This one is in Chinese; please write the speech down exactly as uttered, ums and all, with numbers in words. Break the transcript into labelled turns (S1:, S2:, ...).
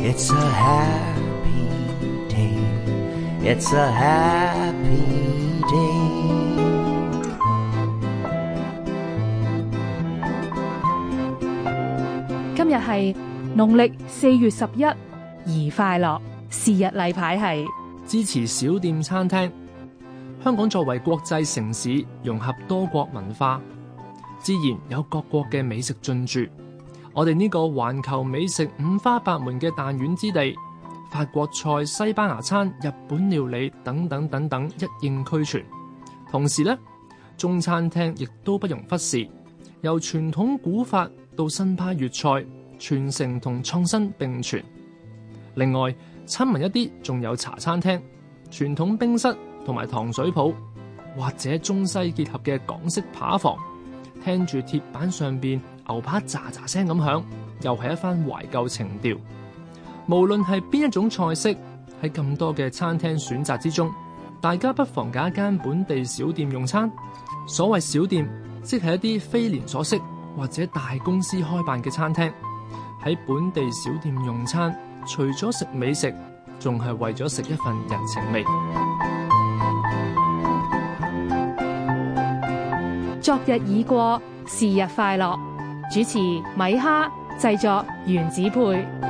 S1: It's a happy day. It's a happy day.
S2: 今日係農曆四月十一，宜快樂。是日例牌係
S3: 支持小店餐廳。香港作為國際城市，融合多國文化，自然有各國嘅美食進駐。我哋呢個環球美食五花八門嘅彈丸之地，法國菜、西班牙餐、日本料理等等等等一應俱全。同時呢，中餐廳亦都不容忽視，由傳統古法到新派粵菜，傳承同創新並存。另外，親民一啲仲有茶餐廳、傳統冰室同埋糖水鋪，或者中西結合嘅港式扒房，聽住鐵板上邊牛扒喳喳聲咁響，又係一番懷舊情調。無論係邊一種菜式，喺咁多嘅餐廳選擇之中，大家不妨揀一間本地小店用餐。所謂小店，即係一啲非連鎖式或者大公司開辦嘅餐廳。喺本地小店用餐，除咗食美食，仲係為咗食一份人情味。
S2: 昨日已過，是日快樂。主持米哈，製作原子配。